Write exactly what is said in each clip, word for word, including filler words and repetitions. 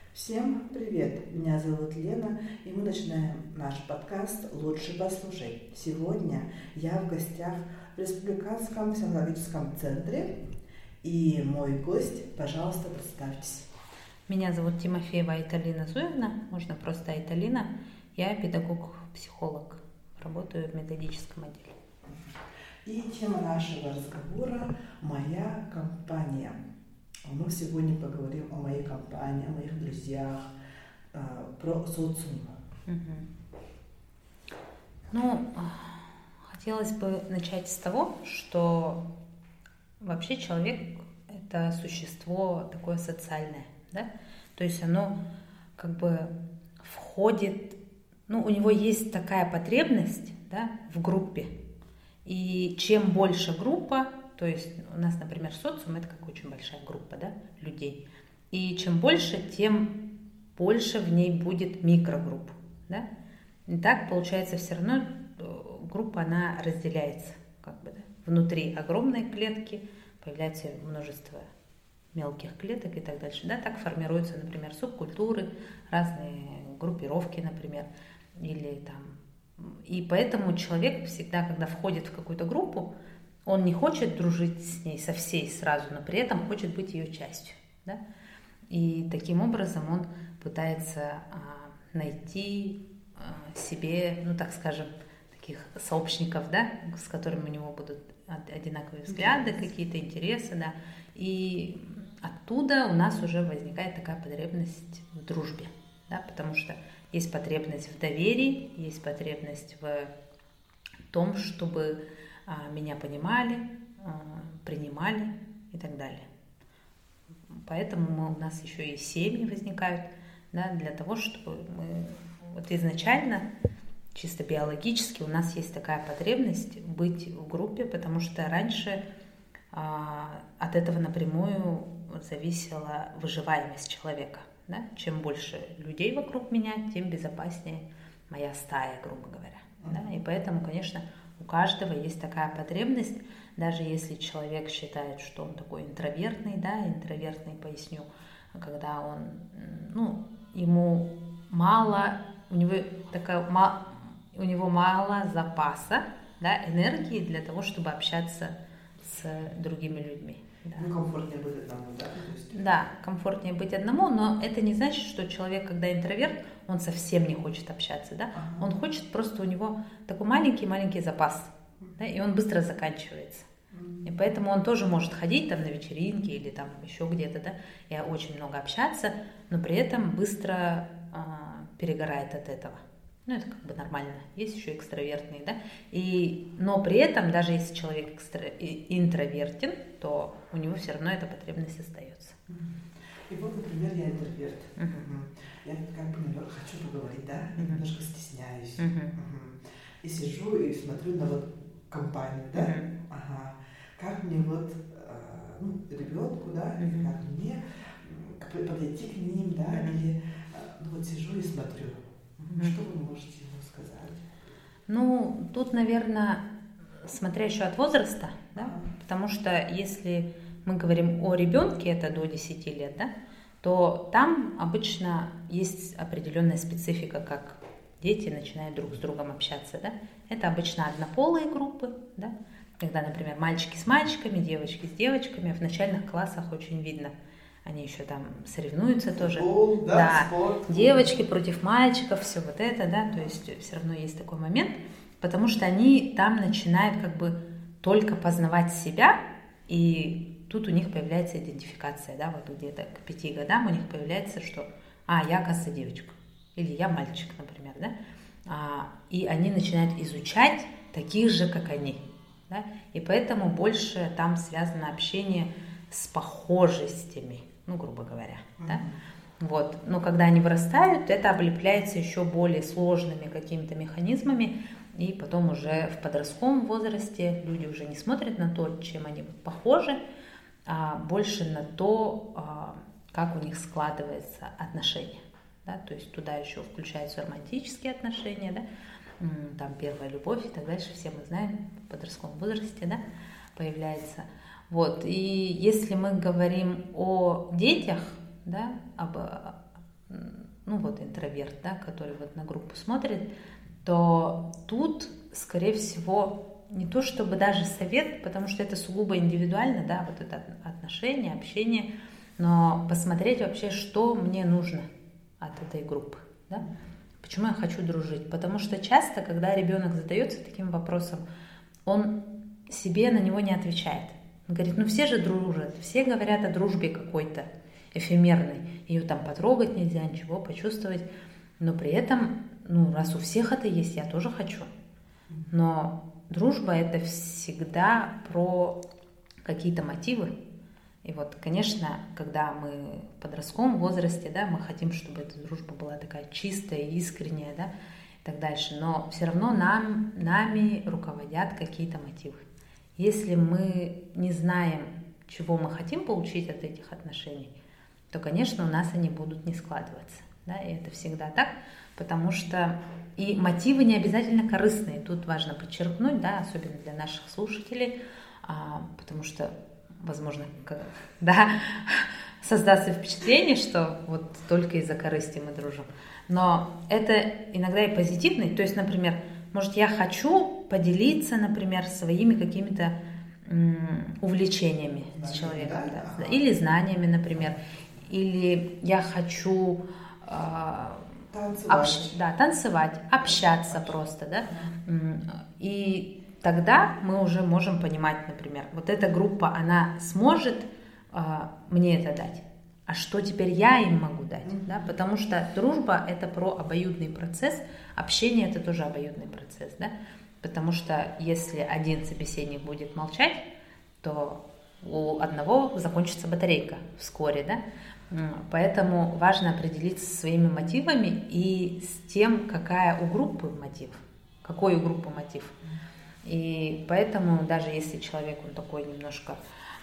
Всем привет! Меня зовут Лена, и мы начинаем наш подкаст «Лучше послушай». Сегодня я в гостях в Республиканском психологическом центре, и мой гость, пожалуйста, представьтесь. Меня зовут Тимофеева Айталина Зуевна, можно просто Айталина. Я педагог-психолог, работаю в методическом отделе. И тема нашего разговора – моя компания. Мы сегодня поговорим о моей компании, о моих друзьях, про социум. Угу. Ну, хотелось бы начать с того, что вообще человек – это существо такое социальное, да? То есть оно как бы входит, ну, у него есть такая потребность, да, в группе. И чем больше группа, то есть у нас, например, социум – это как очень большая группа, да, людей. И чем больше, тем больше в ней будет микрогрупп, да. И так, получается, все равно группа, она разделяется, как бы, да. Внутри огромной клетки появляется множество мелких клеток и так дальше, да. Так формируются, например, субкультуры, разные группировки, например, или там. И поэтому человек всегда, когда входит в какую-то группу, он не хочет дружить с ней со всей сразу, но при этом хочет быть ее частью, да? И таким образом он пытается а, найти а, себе, ну так скажем, таких сообщников, да, с которыми у него будут одинаковые взгляды, какие-то интересы, да, и оттуда у нас уже возникает такая потребность в дружбе, да, потому что есть потребность в доверии, есть потребность в том, чтобы меня понимали, принимали и так далее. Поэтому мы, у нас еще и семьи возникают, да, для того, чтобы мы вот изначально, чисто биологически, у нас есть такая потребность быть в группе, потому что раньше а, от этого напрямую зависела выживаемость человека. Да? Чем больше людей вокруг меня, тем безопаснее моя стая, грубо говоря. Да? И поэтому, конечно, у каждого есть такая потребность, даже если человек считает, что он такой интровертный, да, интровертный, поясню, когда он, ну, ему мало, у него такая, у него мало запаса, да, энергии для того, чтобы общаться с другими людьми. Да. Ну, комфортнее быть одному, да? Да, комфортнее быть одному, но это не значит, что человек, когда интроверт, он совсем не хочет общаться, да? Ага. Он хочет, просто у него такой маленький-маленький запас, да, и он быстро заканчивается. Mm-hmm. И поэтому он тоже может ходить там на вечеринки или там еще где-то, да, и очень много общаться, но при этом быстро а, перегорает от этого. Ну, это как бы нормально. Есть еще экстравертные, да. И, но при этом, даже если человек экстра... интровертен, то у него все равно эта потребность остается. И вот, например, я интроверт. Uh-huh. Я как бы немного хочу поговорить, да, uh-huh. немножко стесняюсь. Uh-huh. Uh-huh. И сижу и смотрю на вот компанию, да. Uh-huh. Ага. Как мне вот, ну, ребенку, да, uh-huh. или как мне подойти к ним, да, uh-huh. или ну, вот сижу и смотрю. Что вы можете ему сказать? Ну, тут, наверное, смотря еще от возраста, да, потому что если мы говорим о ребенке, это до десяти лет, да, то там обычно есть определенная специфика, как дети начинают друг с другом общаться, да. Это обычно однополые группы, да, когда, например, мальчики с мальчиками, девочки с девочками, в начальных классах очень видно. Они еще там соревнуются тоже. Футбол, да, да. Спорт. Девочки против мальчиков, все вот это, да, то есть все равно есть такой момент, потому что они там начинают как бы только познавать себя, и тут у них появляется идентификация, да, вот где-то к пяти годам у них появляется, что, а, я, оказывается, девочка, или я мальчик, например, да, а, и они начинают изучать таких же, как они, да, и поэтому больше там связано общение с похожестями, ну, грубо говоря, mm-hmm. да, вот, но когда они вырастают, это облепляется еще более сложными какими-то механизмами, и потом уже в подростковом возрасте люди уже не смотрят на то, чем они похожи, а больше на то, как у них складывается отношения, да, то есть туда еще включаются романтические отношения, да, там первая любовь и так дальше, все мы знаем, в подростковом возрасте, да, появляется. Вот, и если мы говорим о детях, да, об, ну вот интроверт, да, который вот на группу смотрит, то тут, скорее всего, не то чтобы даже совет, потому что это сугубо индивидуально, да, вот это отношение, общение, но посмотреть вообще, что мне нужно от этой группы, да, почему я хочу дружить. Потому что часто, когда ребенок задается таким вопросом, он себе на него не отвечает. Он говорит, ну все же дружат, все говорят о дружбе какой-то эфемерной, ее там потрогать нельзя, ничего почувствовать, но при этом, ну раз у всех это есть, я тоже хочу. Но дружба — это всегда про какие-то мотивы. И вот, конечно, когда мы в подростковом возрасте, да, мы хотим, чтобы эта дружба была такая чистая, искренняя, да, и так дальше. Но все равно нам, нами руководят какие-то мотивы. Если мы не знаем, чего мы хотим получить от этих отношений, то, конечно, у нас они будут не складываться. Да, и это всегда так, потому что и мотивы не обязательно корыстные. Тут важно подчеркнуть, да, особенно для наших слушателей, а, потому что, возможно, да, создастся впечатление, что вот только из-за корысти мы дружим. Но это иногда и позитивный. То есть, например, может, я хочу поделиться, например, своими какими-то м, увлечениями знаниями, с человеком, да? Да, ага. Или знаниями, например, или я хочу э, танцевать. Общ, да, танцевать, общаться просто, да, и тогда мы уже можем понимать, например, вот эта группа, она сможет э, мне это дать, а что теперь я им могу дать, mm-hmm. да, потому что дружба — это про обоюдный процесс, общение — это тоже обоюдный процесс, да, потому что если один собеседник будет молчать, то у одного закончится батарейка вскоре, да, поэтому важно определиться со своими мотивами и с тем, какая у группы мотив, какой у группы мотив. И поэтому даже если человек, он такой немножко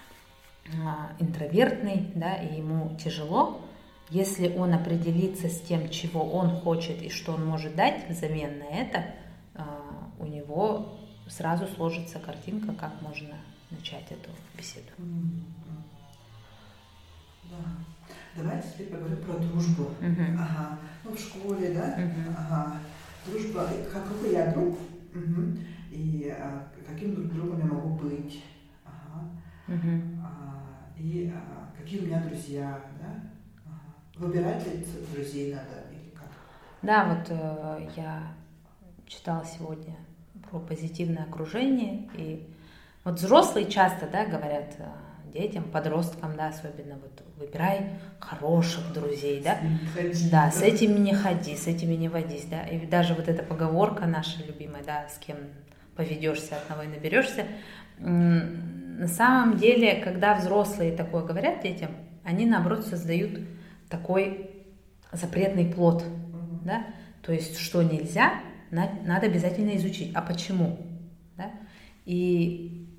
интровертный, да, и ему тяжело, если он определится с тем, чего он хочет и что он может дать взамен на это, у него сразу сложится картинка, как можно начать эту беседу. Да. Давайте теперь поговорим про дружбу. Uh-huh. Ага. Ну, в школе, да? Uh-huh. Ага. Дружба, какой я друг, uh-huh. и а, каким друг другом я могу быть. Ага. Uh-huh. А, и а, какие у меня друзья, да? Ага. Выбирать ли друзей надо или как? Да, вот э, я читала сегодня про позитивное окружение, и вот взрослые часто, да, говорят детям, подросткам, да, особенно вот выбирай хороших друзей, да, ходи, да, с этими не ходи, с этими не водись, да, и даже вот эта поговорка наша любимая, да, с кем поведешься, одного и наберешься, на самом деле, когда взрослые такое говорят детям, они, наоборот, создают такой запретный плод, да, то есть, что нельзя, надо обязательно изучить, а почему, да, и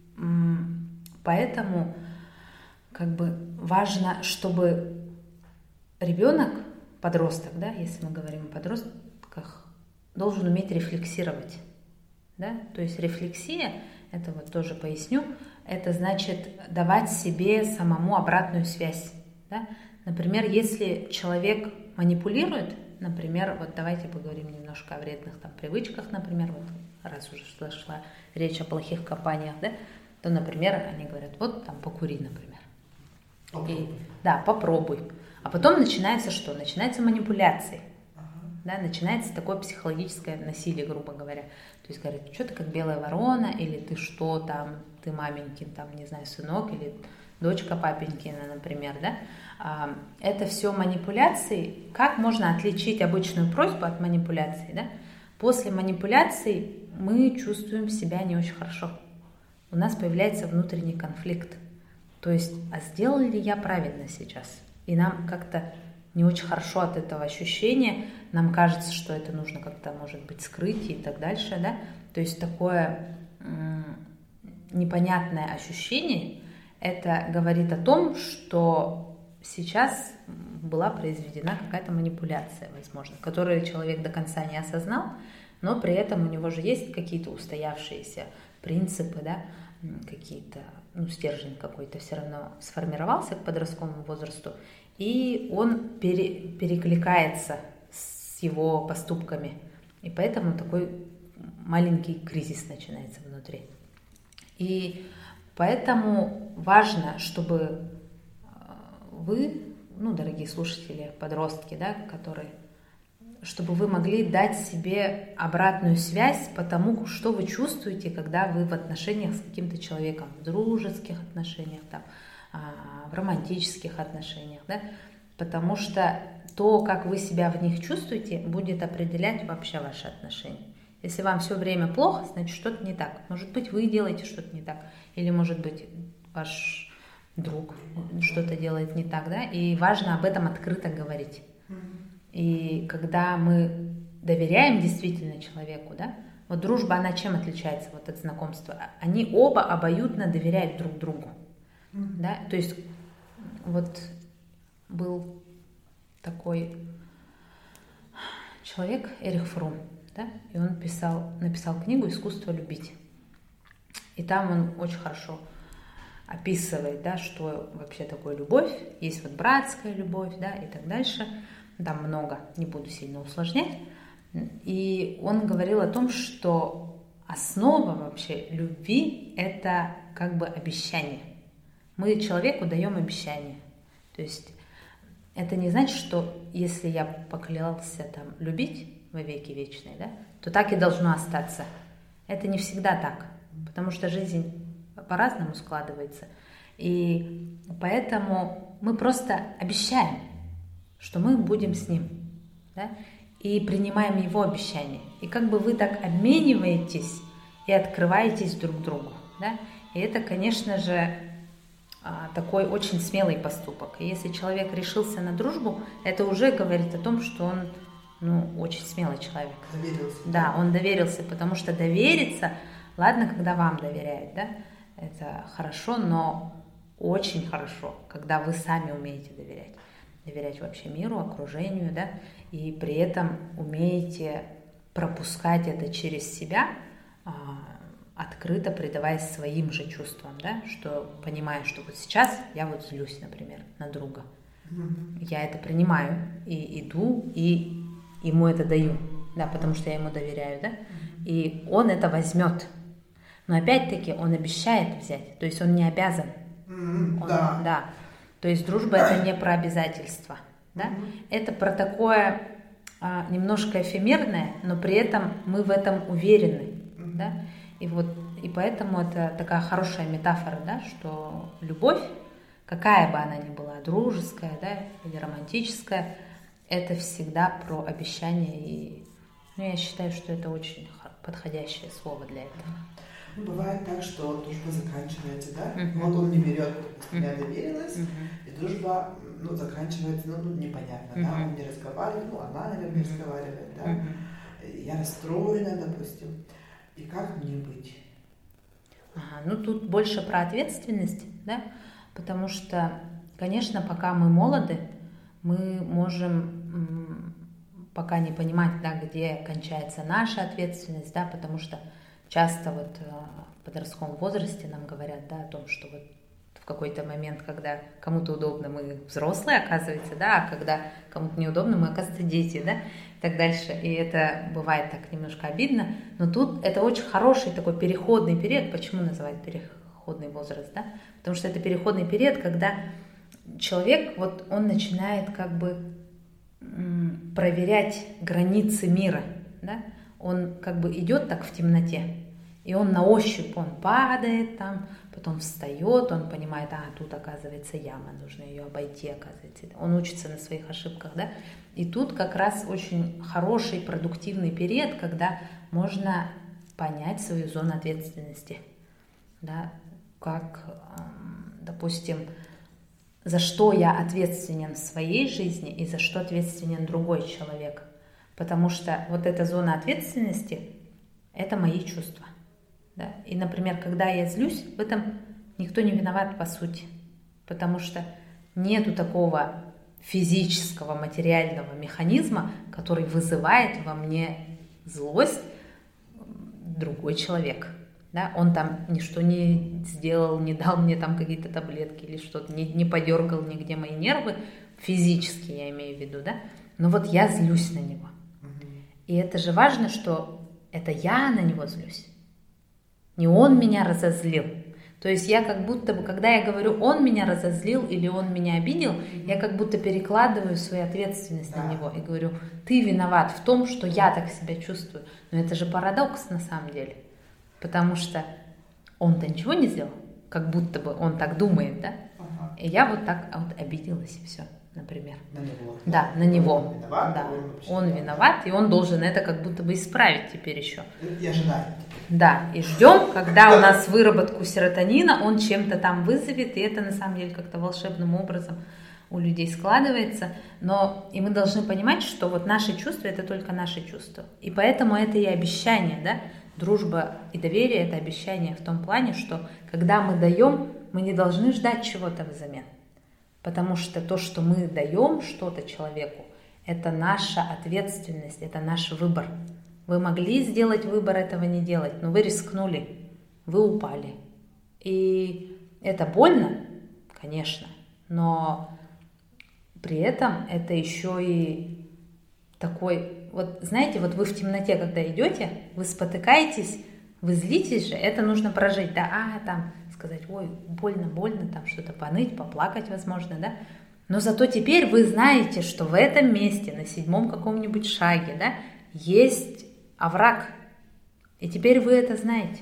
поэтому как бы важно, чтобы ребенок, подросток, да, если мы говорим о подростках, должен уметь рефлексировать, да, то есть рефлексия, это вот тоже поясню, это значит давать себе самому обратную связь, да, например, если человек манипулирует, например, вот давайте поговорим немножко о вредных там привычках, например, вот раз уже зашла речь о плохих компаниях, да, то, например, они говорят, вот там покури, например. И, да, попробуй. А потом начинается что? Начинается манипуляции. Ага. Да, начинается такое психологическое насилие, грубо говоря. То есть говорят, что ты как белая ворона, или ты что там, ты маменькин, там, не знаю, сынок, или дочка папенькина, например, да. Это все манипуляции. Как можно отличить обычную просьбу от манипуляции, да? После манипуляций мы чувствуем себя не очень хорошо. У нас появляется внутренний конфликт. То есть, а сделал ли я правильно сейчас? И нам как-то не очень хорошо от этого ощущения. Нам кажется, что это нужно как-то, может быть, скрыть и так дальше, да? То есть такое м- непонятное ощущение, это говорит о том, что сейчас была произведена какая-то манипуляция, возможно, которую человек до конца не осознал, но при этом у него же есть какие-то устоявшиеся принципы, да, какие-то, ну, стержень какой-то все равно сформировался к подростковому возрасту, и он пере, перекликается с его поступками. И поэтому такой маленький кризис начинается внутри. И поэтому важно, чтобы вы, ну, дорогие слушатели, подростки, да, которые, чтобы вы могли дать себе обратную связь по тому, что вы чувствуете, когда вы в отношениях с каким-то человеком, в дружеских отношениях, там, в романтических отношениях, да, потому что то, как вы себя в них чувствуете, будет определять вообще ваши отношения. Если вам все время плохо, значит, что-то не так. Может быть, вы делаете что-то не так, или, может быть, ваш друг что-то делает не так, да, и важно об этом открыто говорить. И когда мы доверяем действительно человеку, да, вот дружба, она чем отличается вот от знакомства? Они оба обоюдно доверяют друг другу, mm-hmm. да, то есть вот был такой человек Эрих Фром, да, и он писал, написал книгу «Искусство любить», и там он очень хорошо описывает, да, что вообще такое любовь, есть вот братская любовь, да, и так дальше. Там много, не буду сильно усложнять. И он говорил о том, что основа вообще любви – это как бы обещание. Мы человеку даем обещание. То есть это не значит, что если я поклялся там любить во веки вечные, да, то так и должно остаться. Это не всегда так, потому что жизнь по-разному складывается. И поэтому мы просто обещаем, что мы будем с ним, да, и принимаем его обещания. И как бы вы так обмениваетесь и открываетесь друг другу, да. И это, конечно же, такой очень смелый поступок. И если человек решился на дружбу, это уже говорит о том, что он, ну, очень смелый человек. Доверился. Да, он доверился, потому что довериться, ладно, когда вам доверяют, да, это хорошо, но очень хорошо, когда вы сами умеете доверять. Доверять вообще миру, окружению, да, и при этом умеете пропускать это через себя, открыто предаваясь своим же чувствам, да, что понимая, что вот сейчас я вот злюсь, например, на друга. Mm-hmm. Я это принимаю и иду, и ему это даю, да, потому что я ему доверяю, да, mm-hmm. и он это возьмет. Но опять-таки он обещает взять, то есть он не обязан. Mm-hmm. Он, да. да. То есть дружба это не про обязательства, да? Mm-hmm. Это про такое а, немножко эфемерное, но при этом мы в этом уверены, mm-hmm. да? И вот и поэтому это такая хорошая метафора, да, что любовь, какая бы она ни была, дружеская, да, или романтическая, это всегда про обещание, и ну, я считаю, что это очень подходящее слово для этого. Ну, бывает так, что дружба заканчивается, да? Uh-huh. Вот он не берет, я доверилась, uh-huh. и дружба, ну, заканчивается, ну, непонятно, uh-huh. да? Он не разговаривает, ну, она, наверное, не uh-huh. разговаривает, да? Uh-huh. Я расстроена, допустим. И как мне быть? Ага, ну, тут больше про ответственность, да? Потому что, конечно, пока мы молоды, мы можем пока не понимать, да, где кончается наша ответственность, да, потому что часто вот в подростковом возрасте нам говорят, да, о том, что вот в какой-то момент, когда кому-то удобно, мы взрослые, оказывается, да, а когда кому-то неудобно, мы, оказывается, дети, да, и так дальше. И это бывает так немножко обидно, но тут это очень хороший такой переходный период. Почему называют переходный возраст, да? Потому что это переходный период, когда человек, вот он начинает как бы м, проверять границы мира, да? Он как бы идет так в темноте, и он на ощупь, он падает там, потом встает, он понимает, а, тут, оказывается, яма, нужно ее обойти, оказывается. Он учится на своих ошибках, да. И тут как раз очень хороший, продуктивный период, когда можно понять свою зону ответственности, да, как, допустим, за что я ответственен в своей жизни и за что ответственен другой человек. Потому что вот эта зона ответственности – это мои чувства. Да? И, например, когда я злюсь, в этом никто не виноват по сути, потому что нету такого физического, материального механизма, который вызывает во мне злость другой человек. Да? Он там ничто не сделал, не дал мне там какие-то таблетки или что-то, не, не подергал нигде мои нервы. физически я имею в виду, да, но вот я злюсь на него. И это же важно, что это я на него злюсь, не он меня разозлил. То есть я как будто бы, когда я говорю, он меня разозлил или он меня обидел, я как будто перекладываю свою ответственность на него и говорю, ты виноват в том, что я так себя чувствую. Но это же парадокс на самом деле, потому что он-то ничего не сделал, как будто бы он так думает, да? Ага. И я вот так вот обиделась и все, например. На него. Да, на него. Он виноват, да. он, он виноват, и он должен это как будто бы исправить теперь еще. Я ожидаю. Да, и ждем, когда у нас выработку серотонина, он чем-то там вызовет, и это на самом деле как-то волшебным образом у людей складывается. Но и мы должны понимать, что вот наши чувства — это только наши чувства. И поэтому это и обещание, да? Дружба и доверие — это обещание в том плане, что когда мы даем, мы не должны ждать чего-то взамен. Потому что то, что мы даем что-то человеку, это наша ответственность, это наш выбор. Вы могли сделать выбор этого не делать, но вы рискнули, вы упали. И это больно, конечно, но при этом это еще и такой... Вот знаете, вот вы в темноте, когда идете, вы спотыкаетесь, вы злитесь же, это нужно прожить, да, а там сказать, ой, больно, больно, там что-то поныть, поплакать, возможно, да. Но зато теперь вы знаете, что в этом месте, на седьмом каком-нибудь шаге, да, есть овраг. И теперь вы это знаете.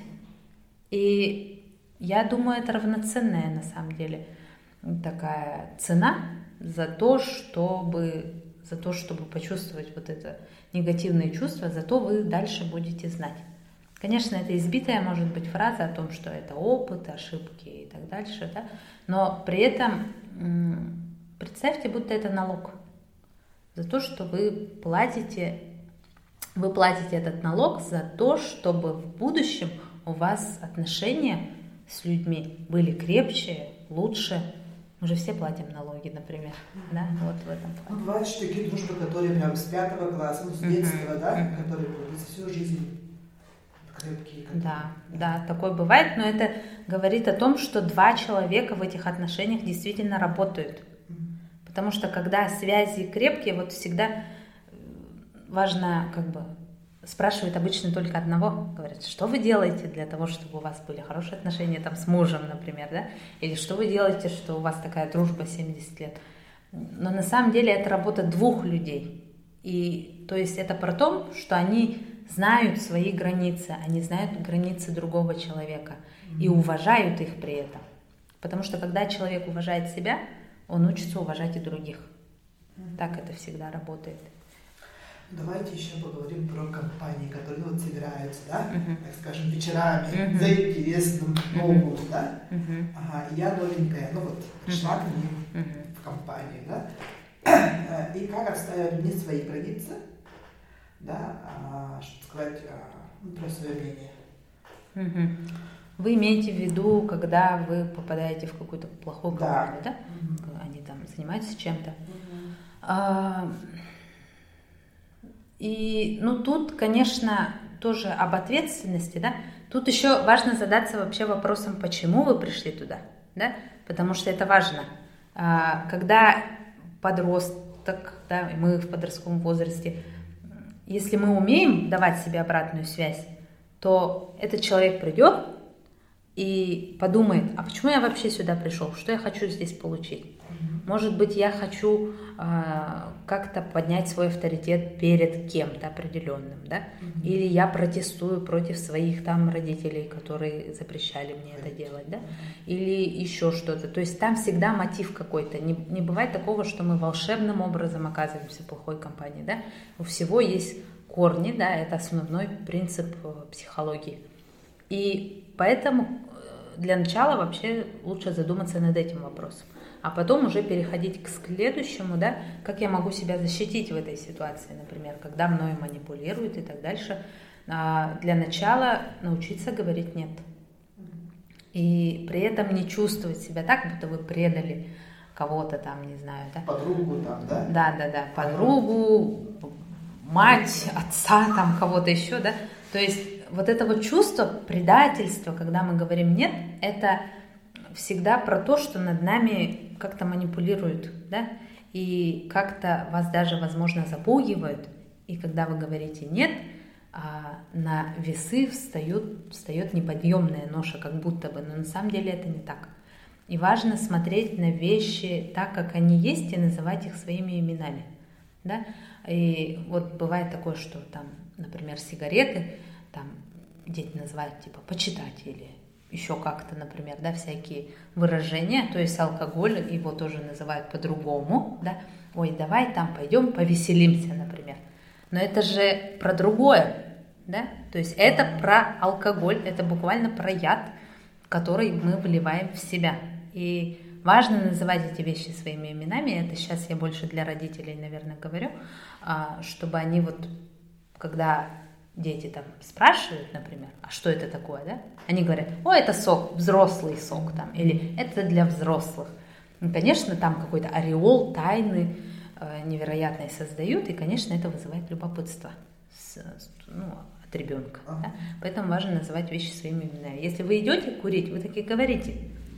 И я думаю, это равноценная на самом деле такая цена за то, чтобы, за то, чтобы почувствовать вот это негативные чувства, зато вы дальше будете знать. Конечно, это избитая может быть фраза о том, что это опыт, ошибки и так дальше, да? Но при этом представьте, будто это налог за то, что вы платите, вы платите этот налог за то, чтобы в будущем у вас отношения с людьми были крепче, лучше. Мы же все платим налоги, например, да, вот в этом плане. Ну, бывают же такие дружбы, которые прям с пятого класса, ну, с детства, uh-huh. да, uh-huh. которые будут всю жизнь крепкие. Которые... Да, да, такое бывает, но это говорит о том, что два человека в этих отношениях действительно работают. Uh-huh. Потому что когда связи крепкие, вот всегда важно, как бы, спрашивают обычно только одного, говорят, что вы делаете для того, чтобы у вас были хорошие отношения там с мужем, например, да, или что вы делаете, что у вас такая дружба семьдесят лет. Но на самом деле это работа двух людей, и то есть это про то, что они знают свои границы, они знают границы другого человека и уважают их при этом, потому что когда человек уважает себя, он учится уважать и других. Так это всегда работает. Давайте еще поговорим про компании, которые ну, вот собираются, да, uh-huh. так скажем, вечерами uh-huh. за интересным новым, uh-huh. да. Uh-huh. Ага, я новенькая, ну вот, пришла uh-huh. к ним uh-huh. в компанию, да. И как отстаивать не свои границы, да, а, что сказать, ну, про свое мнение. Uh-huh. Вы имеете в виду, когда вы попадаете в какую-то плохую компанию, да? да? Uh-huh. Они там занимаются чем-то. Uh-huh. А, И, ну, тут, конечно, тоже об ответственности, да. Тут еще важно задаться вообще вопросом, почему вы пришли туда, да, потому что это важно. Когда подросток, да, мы в подростковом возрасте, если мы умеем давать себе обратную связь, то этот человек придет и подумает, а почему я вообще сюда пришел, что я хочу здесь получить? Может быть, я хочу э, как-то поднять свой авторитет перед кем-то определенным, да? Mm-hmm. Или я протестую против своих там родителей, которые запрещали мне это делать, да? Или еще что-то. То есть там всегда мотив какой-то. Не, не бывает такого, что мы волшебным образом оказываемся в плохой компании, да? У всего есть корни, да? Это основной принцип психологии. И поэтому для начала вообще лучше задуматься над этим вопросом. А потом уже переходить к следующему, да, как я могу себя защитить в этой ситуации, например, когда мною манипулируют и так дальше. А для начала научиться говорить «нет». И при этом не чувствовать себя так, будто вы предали кого-то там, не знаю, да. Подругу там, да? Да, да, да, подругу, мать, отца, там кого-то еще, да. То есть вот это вот чувство предательства, когда мы говорим «нет», это всегда про то, что над нами как-то манипулируют, да, и как-то вас даже, возможно, запугивают, и когда вы говорите «нет», на весы встает, встает неподъемная ноша, как будто бы, но на самом деле это не так. И важно смотреть на вещи так, как они есть, и называть их своими именами. Да? И вот бывает такое, что там, например, сигареты, там дети называют типа «почитать» или еще как-то, например, да, всякие выражения, то есть алкоголь его тоже называют по-другому, да, ой, давай там пойдем повеселимся, например. Но это же про другое, да, то есть это про алкоголь, это буквально про яд, который мы вливаем в себя. И важно называть эти вещи своими именами, это сейчас я больше для родителей, наверное, говорю, чтобы они вот, когда дети там спрашивают, например, а что это такое, да? Они говорят, о, это сок, взрослый сок там, или это для взрослых. И, конечно, там какой-то ореол тайны э, невероятной создают, и, конечно, это вызывает любопытство с, ну, от ребенка. Да? Поэтому важно называть вещи своими именами. Если вы идете курить, вы таки говорите,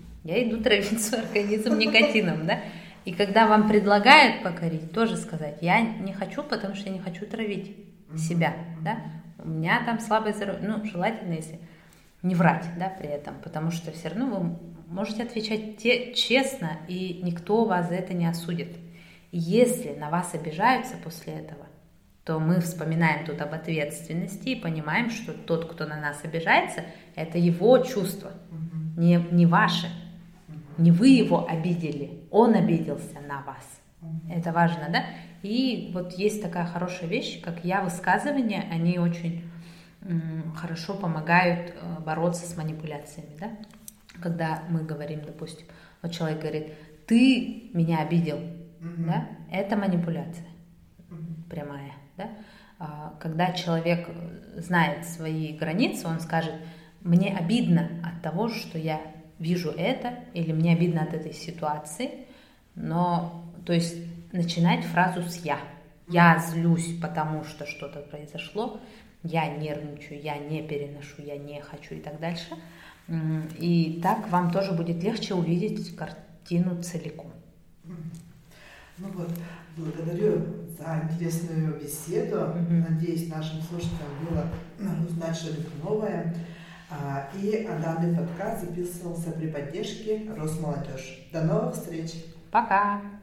я иду травить свой организм никотином, да? И когда вам предлагают покурить, тоже сказать, я не хочу, потому что я не хочу травить себя, да? У меня там слабое здоровье, ну, желательно, если не врать, да, при этом, потому что все равно вы можете отвечать те, честно, и никто вас за это не осудит. И если на вас обижаются после этого, то мы вспоминаем тут об ответственности и понимаем, что тот, кто на нас обижается, это его чувство, не, не ваше. Не вы его обидели, он обиделся на вас. Это важно, да? И вот есть такая хорошая вещь, как я-высказывания, они очень м, хорошо помогают э, бороться с манипуляциями, да? Когда мы говорим, допустим, вот человек говорит, ты меня обидел, mm-hmm. да? Это манипуляция mm-hmm. прямая, да? А, когда человек знает свои границы, он скажет, мне обидно от того, что я вижу это, или мне обидно от этой ситуации, но, то есть, начинать фразу с «я». Я злюсь, потому что что-то произошло, я нервничаю, я не переношу, я не хочу и так дальше. И так вам тоже будет легче увидеть картину целиком. Ну вот, благодарю за интересную беседу. Mm-hmm. Надеюсь, нашим слушателям было узнать что-то новое. И данный подкаст записывался при поддержке Росмолодежь. До новых встреч! Пока!